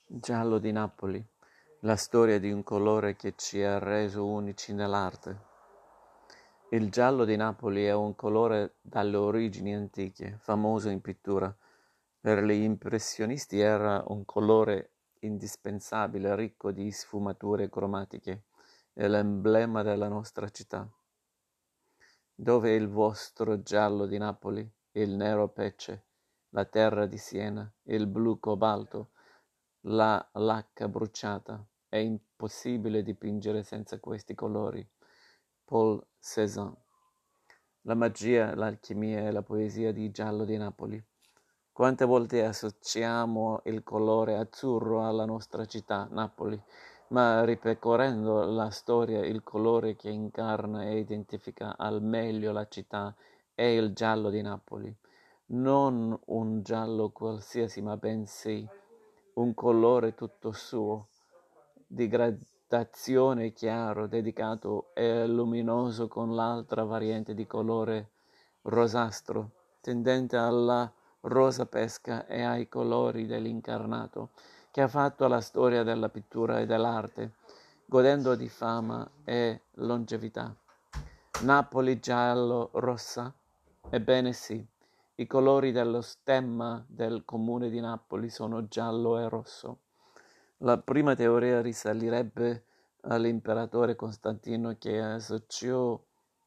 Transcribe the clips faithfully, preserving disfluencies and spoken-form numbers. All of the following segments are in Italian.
Giallo di Napoli, la storia di un colore che ci ha reso unici nell'arte. Il giallo di Napoli è un colore dalle origini antiche, famoso in pittura. Per gli impressionisti era un colore indispensabile, ricco di sfumature cromatiche, è l'emblema della nostra città. Dov'è il vostro giallo di Napoli, il nero pece, la terra di Siena, il blu cobalto, la lacca bruciata? È impossibile dipingere senza questi colori. Paul Cézanne. La magia, l'alchimia e la poesia di Giallo di Napoli. Quante volte associamo il colore azzurro alla nostra città, Napoli, ma ripercorrendo la storia il colore che incarna e identifica al meglio la città è il giallo di Napoli. Non un giallo qualsiasi, ma bensì un colore tutto suo, di gradazione chiaro, dedicato e luminoso con l'altra variante di colore rosastro, tendente alla rosa pesca e ai colori dell'incarnato, che ha fatto la storia della pittura e dell'arte, godendo di fama e longevità. Napoli giallo-rossa? Ebbene sì, i colori dello stemma del comune di Napoli sono giallo e rosso. La prima teoria risalirebbe all'imperatore Costantino che associò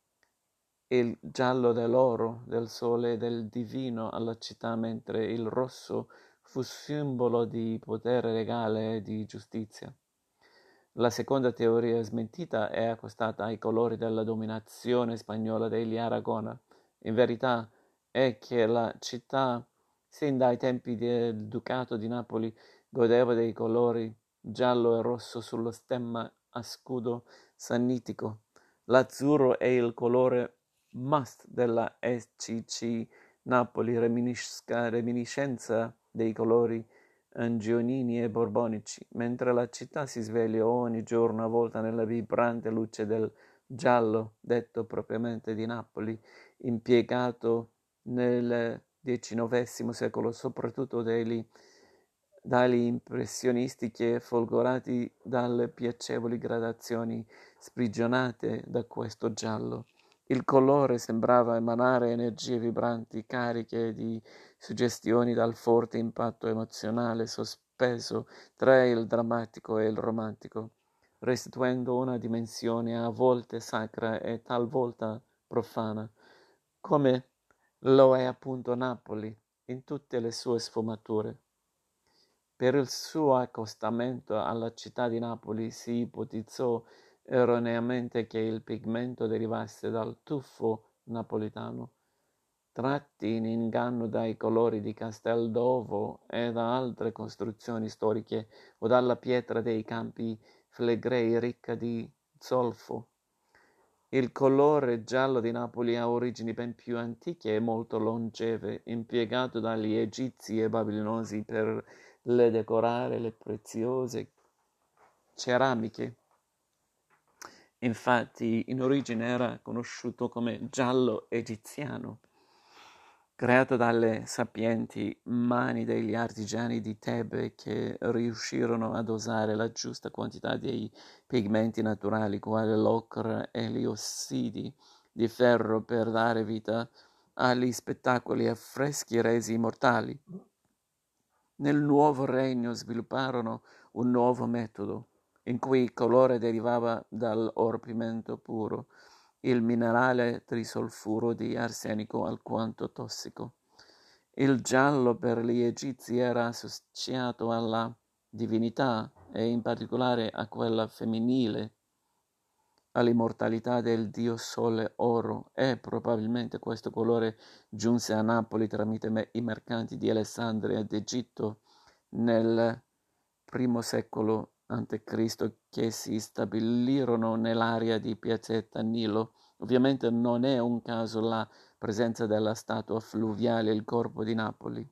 il giallo dell'oro, del sole e del divino alla città, mentre il rosso fu simbolo di potere regale e di giustizia. La seconda teoria smentita è accostata ai colori della dominazione spagnola degli Aragona. In verità è che la città, sin dai tempi del Ducato di Napoli, godeva dei colori giallo e rosso sullo stemma a scudo sannitico. L'azzurro è il colore must della S C C Napoli, reminiscenza dei colori angionini e borbonici, mentre la città si sveglia ogni giorno avvolta nella vibrante luce del giallo, detto propriamente di Napoli, impiegato nel diciannovesimo secolo soprattutto dagli, dagli impressionisti che, folgorati dalle piacevoli gradazioni sprigionate da questo giallo, il colore sembrava emanare energie vibranti, cariche di suggestioni dal forte impatto emozionale sospeso tra il drammatico e il romantico, restituendo una dimensione a volte sacra e talvolta profana, come lo è appunto Napoli in tutte le sue sfumature. Per il suo accostamento alla città di Napoli si ipotizzò erroneamente che il pigmento derivasse dal tuffo napoletano, tratti in inganno dai colori di Casteldovo e da altre costruzioni storiche o dalla pietra dei Campi Flegrei ricca di zolfo. Il colore giallo di Napoli ha origini ben più antiche e molto longeve, impiegato dagli egizi e babilonesi per le decorare le preziose ceramiche. Infatti in origine era conosciuto come giallo egiziano, creato dalle sapienti mani degli artigiani di Tebe che riuscirono a dosare la giusta quantità dei pigmenti naturali quali l'ocra e gli ossidi di ferro per dare vita agli spettacoli affreschi resi immortali. Nel nuovo regno svilupparono un nuovo metodo, in cui il colore derivava dall'orpimento puro, il minerale trisolfuro di arsenico alquanto tossico. Il giallo per gli egizi era associato alla divinità e in particolare a quella femminile, all'immortalità del dio Sole Oro, e probabilmente questo colore giunse a Napoli tramite i mercanti di Alessandria ed Egitto nel primo secolo antico Cristo che si stabilirono nell'area di Piazzetta Nilo. Ovviamente non è un caso la presenza della statua fluviale Il Corpo di Napoli.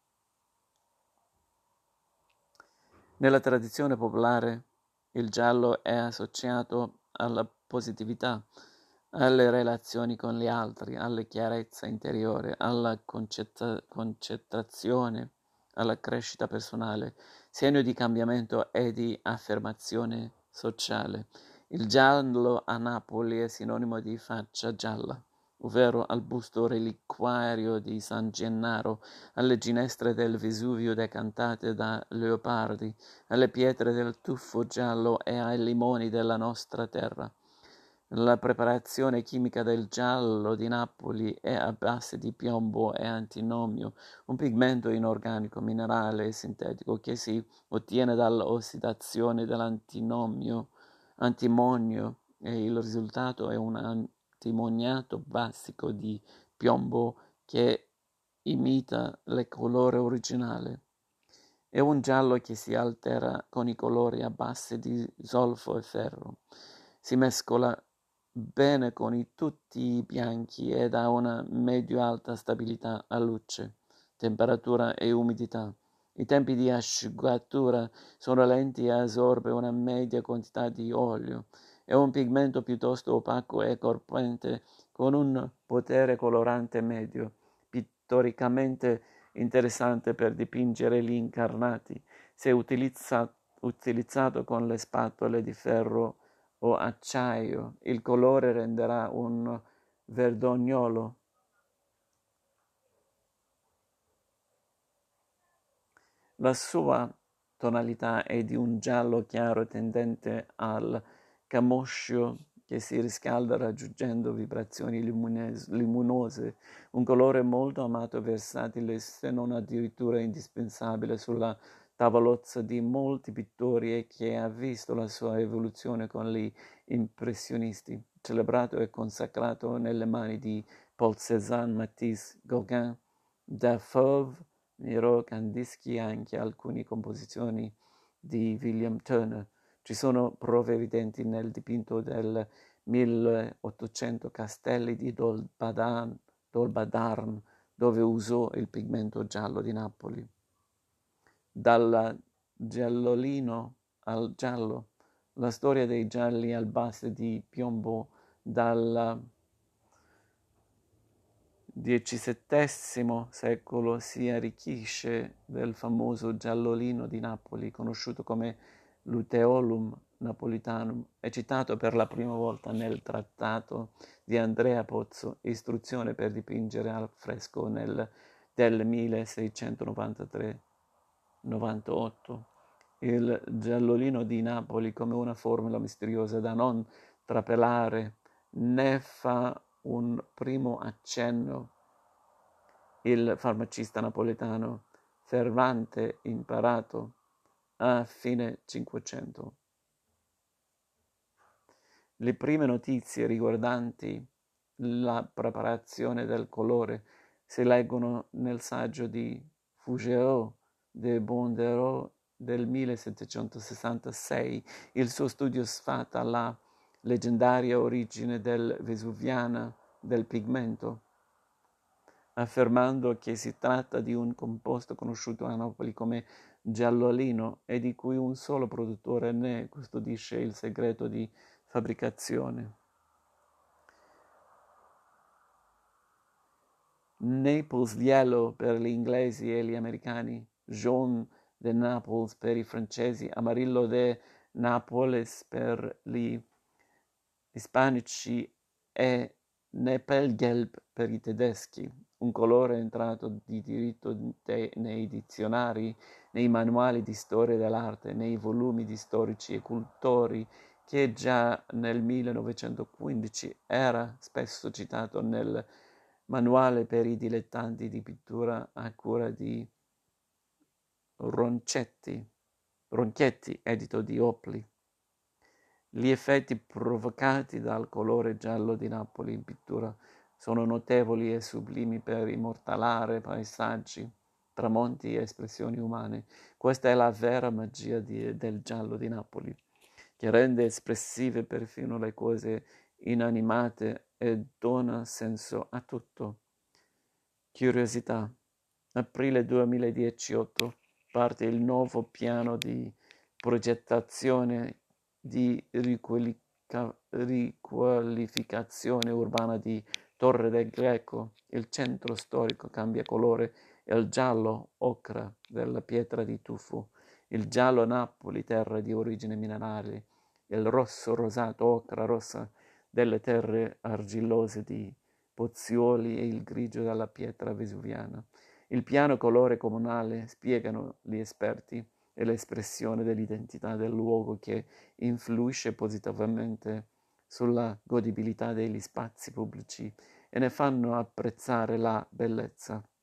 Nella tradizione popolare il giallo è associato alla positività, alle relazioni con gli altri, alla chiarezza interiore, alla concetta- concentrazione alla crescita personale, segno di cambiamento e di affermazione sociale. Il giallo a Napoli è sinonimo di faccia gialla, ovvero al busto reliquiario di San Gennaro, alle ginestre del Vesuvio decantate da leopardi, alle pietre del tuffo giallo e ai limoni della nostra terra. La preparazione chimica del giallo di Napoli è a base di piombo e antimonio, un pigmento inorganico, minerale e sintetico che si ottiene dall'ossidazione dell'antimonio antimonio e il risultato è un antimoniato basico di piombo che imita il colore originale. È un giallo che si altera con i colori a base di zolfo e ferro. Si mescola bene con i tutti bianchi ed ha una medio-alta stabilità a luce, temperatura e umidità. I tempi di asciugatura sono lenti e assorbe una media quantità di olio. È un pigmento piuttosto opaco e corpulente con un potere colorante medio, pittoricamente interessante per dipingere gli incarnati. Se utilizza, utilizzato con le spatole di ferro o acciaio, il colore renderà un verdognolo. La sua tonalità è di un giallo chiaro tendente al camoscio che si riscalda raggiungendo vibrazioni luminose, un colore molto amato e versatile, se non addirittura indispensabile sulla tavolozza di molti pittori e che ha visto la sua evoluzione con gli impressionisti, celebrato e consacrato nelle mani di Paul Cézanne, Matisse, Gauguin, da Fauve, Miro, Kandinsky e anche alcune composizioni di William Turner. Ci sono prove evidenti nel dipinto del milleottocento Castelli di Dolbadan, Dolbadarn, dove usò il pigmento giallo di Napoli. Dal giallolino al giallo, la storia dei gialli al base di piombo dal diciassettesimo secolo si arricchisce del famoso giallolino di Napoli, conosciuto come Luteolum Napolitanum, è citato per la prima volta nel trattato di Andrea Pozzo, Istruzione per dipingere al fresco nel, del milleseicentonovantatré novantotto. Il giallolino di Napoli come una formula misteriosa da non trapelare ne fa un primo accenno il farmacista napoletano Ferrante imparato a fine Cinquecento. Le prime notizie riguardanti la preparazione del colore si leggono nel saggio di Fougeot de Bonderot del millesettecentosessantasei. Il suo studio sfata la leggendaria origine del vesuviana del pigmento, affermando che si tratta di un composto conosciuto a Napoli come giallolino e di cui un solo produttore ne custodisce il segreto di fabbricazione. Naples Yellow per gli inglesi e gli americani, Jaune de Naples per i francesi, Amarillo de Nápoles per gli ispanici e Nepelgelb per i tedeschi, un colore entrato di diritto de- nei dizionari, nei manuali di storia dell'arte, nei volumi di storici e cultori, che già nel millenovecentoquindici era spesso citato nel manuale per i dilettanti di pittura a cura di Ronchetti, Ronchetti, edito di Opli. Gli effetti provocati dal colore giallo di Napoli in pittura sono notevoli e sublimi per immortalare paesaggi, tramonti e espressioni umane. Questa è la vera magia di, del giallo di Napoli, che rende espressive perfino le cose inanimate e dona senso a tutto. Curiosità. Aprile duemiladiciotto parte il nuovo piano di progettazione di riqualica- riqualificazione urbana di Torre del Greco. Il centro storico cambia colore il giallo ocra della pietra di tufo, il giallo Napoli, terra di origine minerale, il rosso rosato ocra rossa delle terre argillose di Pozzuoli e il grigio della pietra vesuviana. Il piano colore comunale, spiegano gli esperti, è l'espressione dell'identità del luogo che influisce positivamente sulla godibilità degli spazi pubblici e ne fanno apprezzare la bellezza.